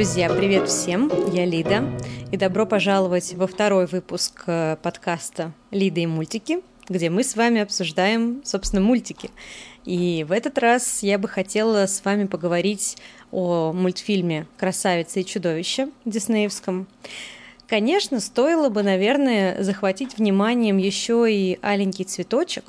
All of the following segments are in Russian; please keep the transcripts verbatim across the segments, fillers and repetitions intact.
Друзья, привет всем, я Лида, и добро пожаловать во второй выпуск подкаста «Лида и мультики», где мы с вами обсуждаем, собственно, мультики. И в этот раз я бы хотела с вами поговорить о мультфильме «Красавица и чудовище» диснеевском. Конечно, стоило бы, наверное, захватить вниманием еще и «Аленький цветочек»,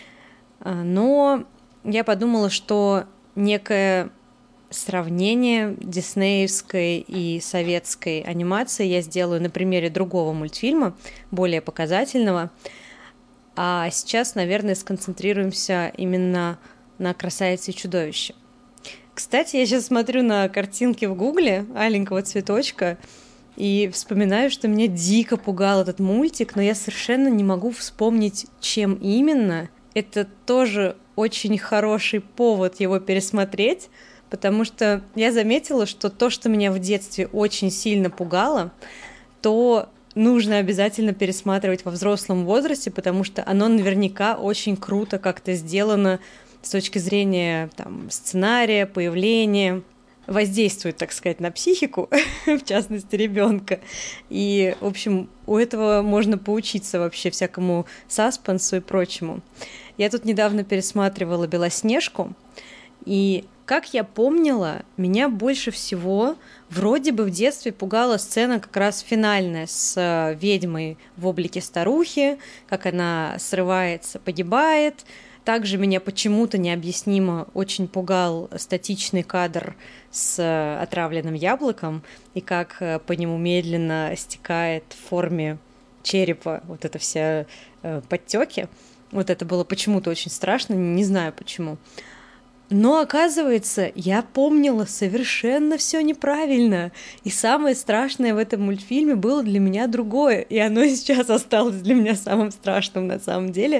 но я подумала, что некое сравнение диснеевской и советской анимации я сделаю на примере другого мультфильма, более показательного. А сейчас, наверное, сконцентрируемся именно на «Красавице и чудовище». Кстати, я сейчас смотрю на картинки в Гугле «Аленького цветочка» и вспоминаю, что меня дико пугал этот мультик, но я совершенно не могу вспомнить, чем именно. Это тоже очень хороший повод его пересмотреть, потому что я заметила, что то, что меня в детстве очень сильно пугало, то нужно обязательно пересматривать во взрослом возрасте, потому что оно наверняка очень круто как-то сделано с точки зрения там, сценария, появления, воздействует, так сказать, на психику, в частности, ребенка. И, в общем, у этого можно поучиться вообще всякому саспенсу и прочему. Я тут недавно пересматривала «Белоснежку», и как я помнила, меня больше всего вроде бы в детстве пугала сцена как раз финальная с ведьмой в облике старухи, как она срывается, погибает. Также меня почему-то необъяснимо очень пугал статичный кадр с отравленным яблоком и как по нему медленно стекает в форме черепа вот это все подтеки. Вот это было почему-то очень страшно, не знаю почему. Но, оказывается, я помнила совершенно все неправильно. И самое страшное в этом мультфильме было для меня другое. И оно сейчас осталось для меня самым страшным на самом деле.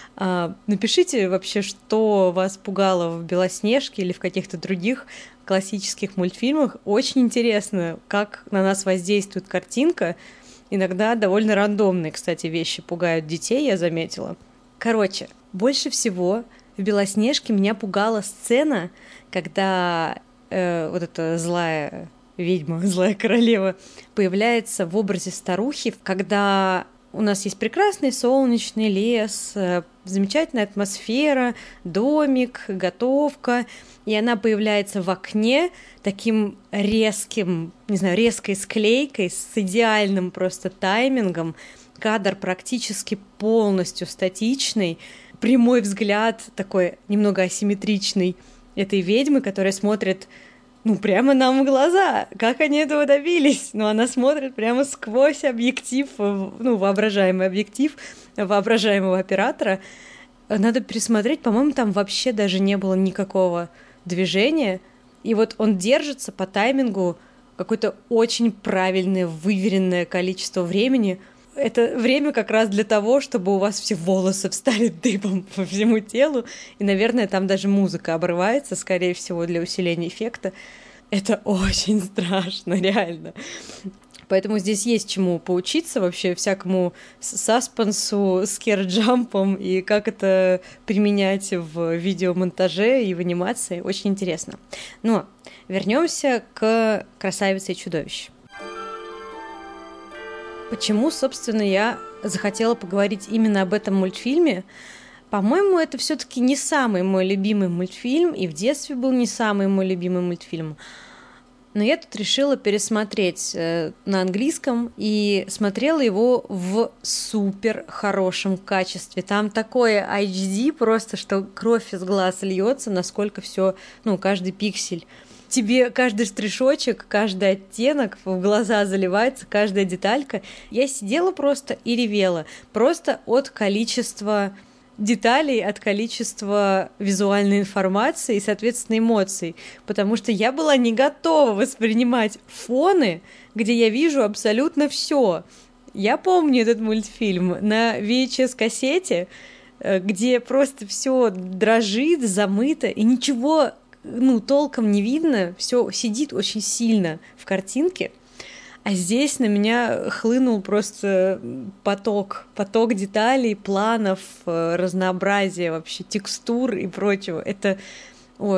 А, напишите вообще, что вас пугало в «Белоснежке» или в каких-то других классических мультфильмах. Очень интересно, как на нас воздействует картинка. Иногда довольно рандомные, кстати, вещи пугают детей, я заметила. Короче, больше всего в «Белоснежке» меня пугала сцена, когда э, вот эта злая ведьма, злая королева появляется в образе старухи, когда у нас есть прекрасный солнечный лес, э, замечательная атмосфера, домик, готовка, и она появляется в окне таким резким, не знаю, резкой склейкой, с идеальным просто таймингом, кадр практически полностью статичный, прямой взгляд, такой немного асимметричный, этой ведьмы, которая смотрит, ну, прямо нам в глаза. Как они этого добились? Ну, она смотрит прямо сквозь объектив, ну, воображаемый объектив воображаемого оператора. Надо пересмотреть, по-моему, там вообще даже не было никакого движения. И вот он держится по таймингу какое-то очень правильное, выверенное количество времени. Это время как раз для того, чтобы у вас все волосы встали дыбом по всему телу. И, наверное, там даже музыка обрывается, скорее всего, для усиления эффекта. Это очень страшно, реально. Поэтому здесь есть чему поучиться вообще всякому саспенсу, скер-джампам и как это применять в видеомонтаже и в анимации. Очень интересно. Но вернемся к «Красавице и чудовищу». Почему, собственно, я захотела поговорить именно об этом мультфильме? По-моему, это все-таки не самый мой любимый мультфильм, и в детстве был не самый мой любимый мультфильм. Но я тут решила пересмотреть на английском и смотрела его в супер хорошем качестве. Там такое эйч ди просто, что кровь из глаз льется, насколько все, ну, каждый пиксель. Тебе каждый штришочек, каждый оттенок в глаза заливается, каждая деталька. Я сидела просто и ревела. Просто от количества деталей, от количества визуальной информации и, соответственно, эмоций. Потому что я была не готова воспринимать фоны, где я вижу абсолютно все. Я помню этот мультфильм на ви эйч эс-кассете, где просто все дрожит, замыто, и ничего ну, толком не видно, все сидит очень сильно в картинке, а здесь на меня хлынул просто поток, поток деталей, планов, разнообразия вообще, текстур и прочего. Это, ой,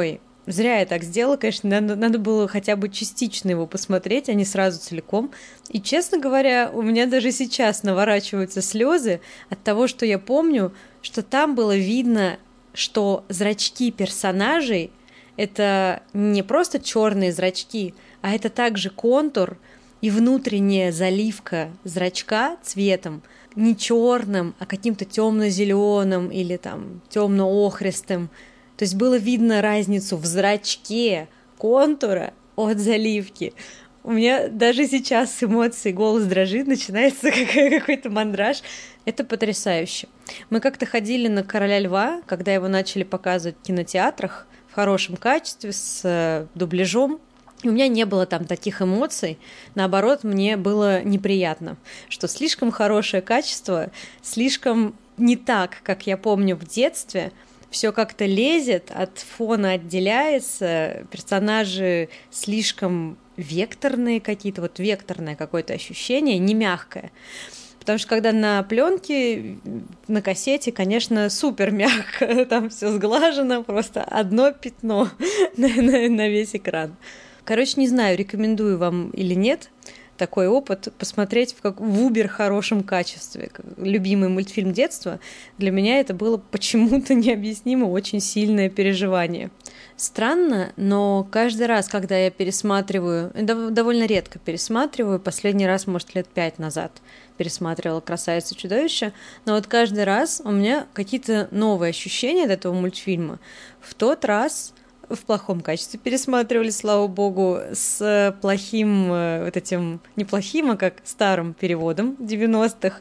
Зря я так сделала, конечно, надо, надо было хотя бы частично его посмотреть, а не сразу целиком. И, честно говоря, у меня даже сейчас наворачиваются слезы от того, что я помню, что там было видно, что зрачки персонажей — это не просто черные зрачки, а это также контур и внутренняя заливка зрачка цветом, не черным, а каким-то темно-зеленым или там темно-охристым. То есть было видно разницу в зрачке контура от заливки. У меня даже сейчас с эмоцией голос дрожит, начинается какой-то мандраж. Это потрясающе. Мы как-то ходили на «Короля льва», когда его начали показывать в кинотеатрах в хорошем качестве, с дубляжом. И у меня не было там таких эмоций. Наоборот, мне было неприятно, что слишком хорошее качество, слишком не так, как я помню в детстве. Все как-то лезет, от фона отделяется, персонажи слишком векторные какие-то, вот векторное какое-то ощущение, не мягкое. Потому что когда на пленке, на кассете, конечно, супер мягко, там все сглажено, просто одно пятно на, на, на весь экран. Короче, не знаю, рекомендую вам или нет такой опыт, посмотреть в, как, в убер хорошем качестве. Любимый мультфильм детства. Для меня это было почему-то необъяснимо очень сильное переживание. Странно, но каждый раз, когда я пересматриваю, довольно редко пересматриваю, последний раз, может, лет пять назад пересматривала «Красавицу и чудовище», но вот каждый раз у меня какие-то новые ощущения от этого мультфильма. В тот раз в плохом качестве пересматривали, слава богу, с плохим, вот этим, не плохим, а как старым переводом девяностых.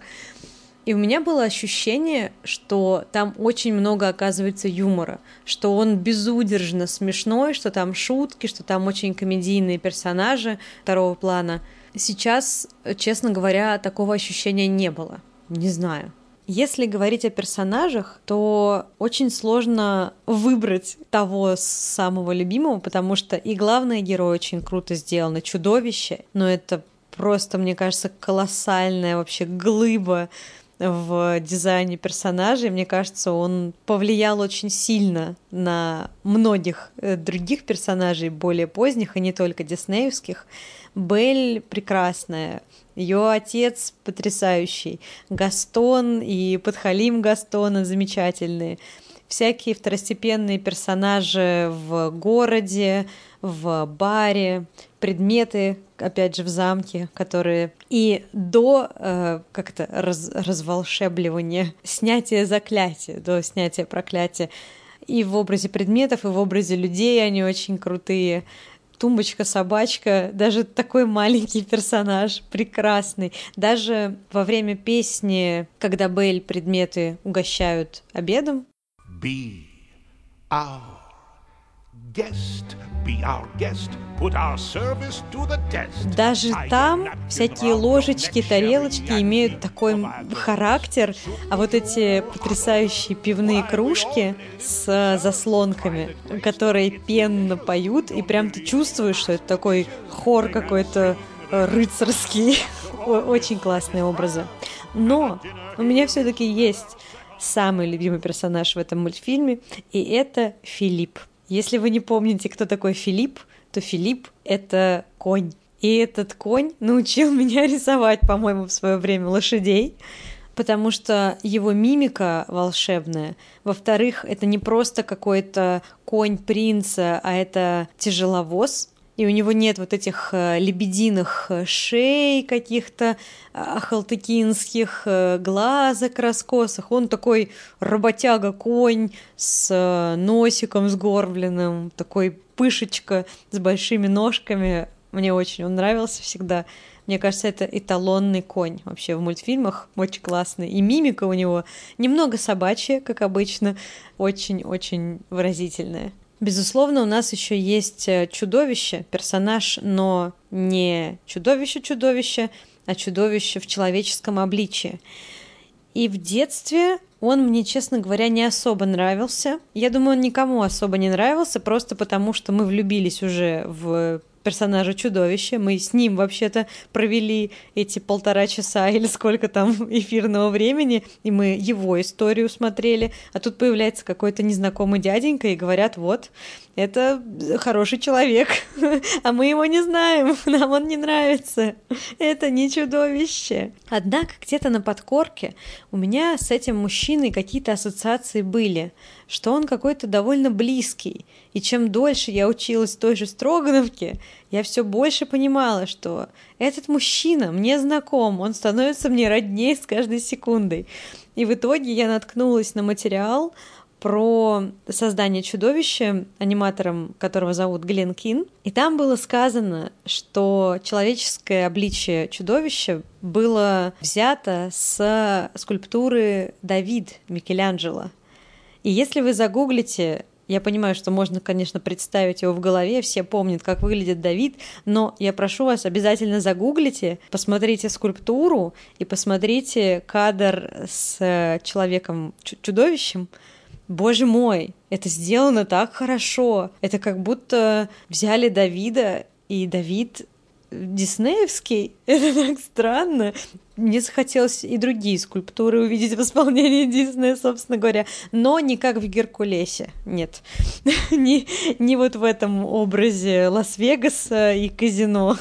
И у меня было ощущение, что там очень много, оказывается, юмора, что он безудержно смешной, что там шутки, что там очень комедийные персонажи второго плана. Сейчас, честно говоря, такого ощущения не было. Не знаю. Если говорить о персонажах, то очень сложно выбрать того самого любимого, потому что и главный герой очень круто сделан, и чудовище, но это просто, мне кажется, колоссальная вообще глыба в дизайне персонажей. Мне кажется, он повлиял очень сильно на многих других персонажей, более поздних, и не только диснеевских. Белль прекрасная, ее отец потрясающий, Гастон и подхалим Гастона замечательные, всякие второстепенные персонажи в городе, в баре, предметы, опять же, в замке, которые и до э, как-то раз, разволшебливания, снятия заклятия, до снятия проклятия, и в образе предметов, и в образе людей они очень крутые. Тумбочка-собачка, даже такой маленький персонаж, прекрасный. Даже во время песни, когда Белль предметы угощают обедом. Be our guest, be our guest, put our service to the test. Даже там всякие ложечки, тарелочки имеют такой характер, а вот эти потрясающие пивные кружки с заслонками, которые пенно поют, и прям ты чувствуешь, что это такой хор какой-то рыцарский. Очень классные образы. Но у меня все-таки есть самый любимый персонаж в этом мультфильме, и это Филипп. Если вы не помните, кто такой Филипп, то Филипп — это конь. И этот конь научил меня рисовать, по-моему, в свое время лошадей, потому что его мимика волшебная. Во-вторых, это не просто какой-то конь принца, а это тяжеловоз, и у него нет вот этих лебединых шей каких-то ахалтыкинских, глазок раскосых. Он такой работяга-конь с носиком сгорбленным, такой пышечка с большими ножками. Мне очень он нравился всегда. Мне кажется, это эталонный конь вообще в мультфильмах. Очень классный. И мимика у него немного собачья, как обычно, очень-очень выразительная. Безусловно, у нас еще есть чудовище, персонаж, но не чудовище-чудовище, а чудовище в человеческом обличии. И в детстве он мне, честно говоря, не особо нравился. Я думаю, он никому особо не нравился, просто потому что мы влюбились уже в персонажа чудовища. Мы с ним вообще-то провели эти полтора часа или сколько там эфирного времени, и мы его историю смотрели. А тут появляется какой-то незнакомый дяденька, и говорят, вот, это хороший человек, а мы его не знаем, нам он не нравится. Это не чудовище. Однако где-то на подкорке у меня с этим мужчиной какие-то ассоциации были, что он какой-то довольно близкий. И чем дольше я училась в той же Строгановке, я все больше понимала, что этот мужчина мне знаком, он становится мне родней с каждой секундой. И в итоге я наткнулась на материал про создание чудовища, аниматором которого зовут Глен Кин. И там было сказано, что человеческое обличие чудовища было взято с скульптуры Давид Микеланджело. И если вы загуглите, я понимаю, что можно, конечно, представить его в голове, все помнят, как выглядит Давид, но я прошу вас, обязательно загуглите, посмотрите скульптуру и посмотрите кадр с человеком-чудовищем. Боже мой, это сделано так хорошо. Это как будто взяли Давида, и Давид диснеевский. Это так странно. Мне захотелось и другие скульптуры увидеть в исполнении Диснея, собственно говоря, но не как в Геркулесе, нет. не, не вот в этом образе Лас-Вегаса и казино.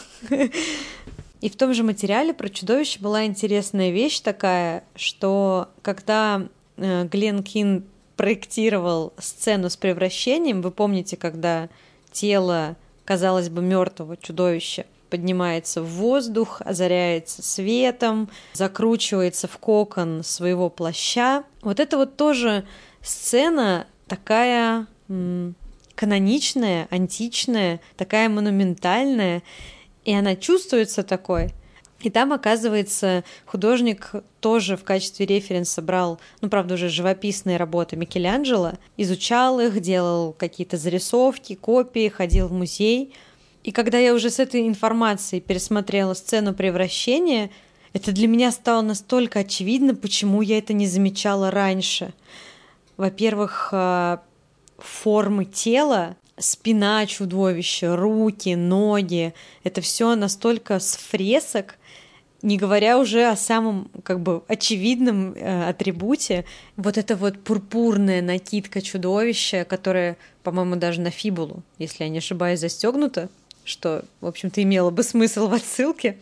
И в том же материале про чудовище была интересная вещь такая, что когда Глен Кин проектировал сцену с превращением, вы помните, когда тело, казалось бы, мертвого чудовища поднимается в воздух, озаряется светом, закручивается в кокон своего плаща. Вот это вот тоже сцена такая м- каноничная, античная, такая монументальная, и она чувствуется такой. И там, оказывается, художник тоже в качестве референса брал, ну, правда, уже живописные работы Микеланджело, изучал их, делал какие-то зарисовки, копии, ходил в музей. И когда я уже с этой информацией пересмотрела сцену превращения, это для меня стало настолько очевидно, почему я это не замечала раньше. Во-первых, формы тела, спина чудовища, руки, ноги, это все настолько с фресок, не говоря уже о самом как бы очевидном э, атрибуте. Вот эта вот пурпурная накидка чудовища, которая, по-моему, даже на фибулу, если я не ошибаюсь, застегнута, что, в общем-то, имело бы смысл в отсылке.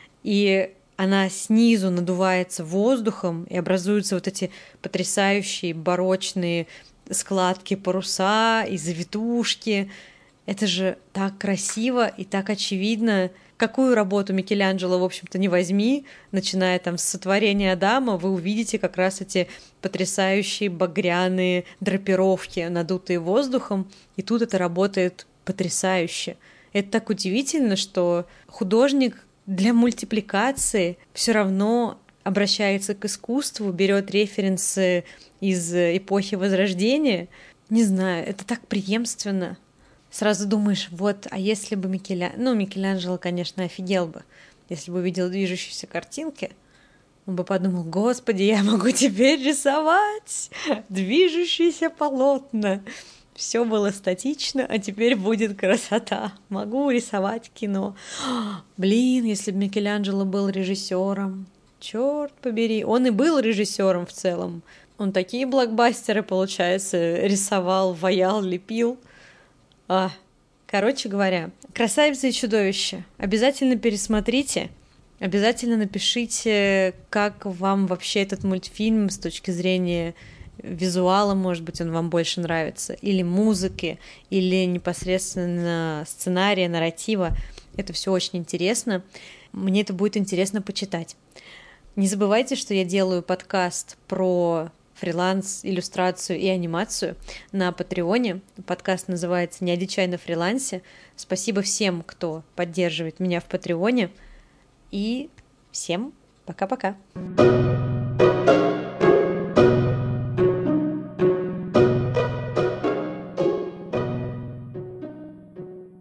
И она снизу надувается воздухом, и образуются вот эти потрясающие барочные складки, паруса и завитушки. Это же так красиво и так очевидно. Какую работу Микеланджело, в общем-то, не возьми, начиная там с сотворения Адама, вы увидите как раз эти потрясающие багряные драпировки, надутые воздухом, и тут это работает потрясающе. Это так удивительно, что художник для мультипликации все равно обращается к искусству, берет референсы из эпохи Возрождения. Не знаю, это так преемственно. Сразу думаешь, вот, а если бы Микеланджело... Ну, Микеланджело, конечно, офигел бы, если бы увидел движущиеся картинки. Он бы подумал, господи, я могу теперь рисовать движущиеся полотна. Все было статично, а теперь будет красота. Могу рисовать кино. Блин, если бы Микеланджело был режиссером. Черт побери. Он и был режиссером в целом. Он такие блокбастеры, получается, рисовал, ваял, лепил. А, короче говоря, «Красавица и чудовище». Обязательно пересмотрите. Обязательно напишите, как вам вообще этот мультфильм с точки зрения визуала, может быть, он вам больше нравится, или музыки, или непосредственно сценария, нарратива. Это все очень интересно. Мне это будет интересно почитать. Не забывайте, что я делаю подкаст про фриланс, иллюстрацию и анимацию на Патреоне. Подкаст называется «Не одичай на фрилансе». Спасибо всем, кто поддерживает меня в Патреоне. И всем пока-пока.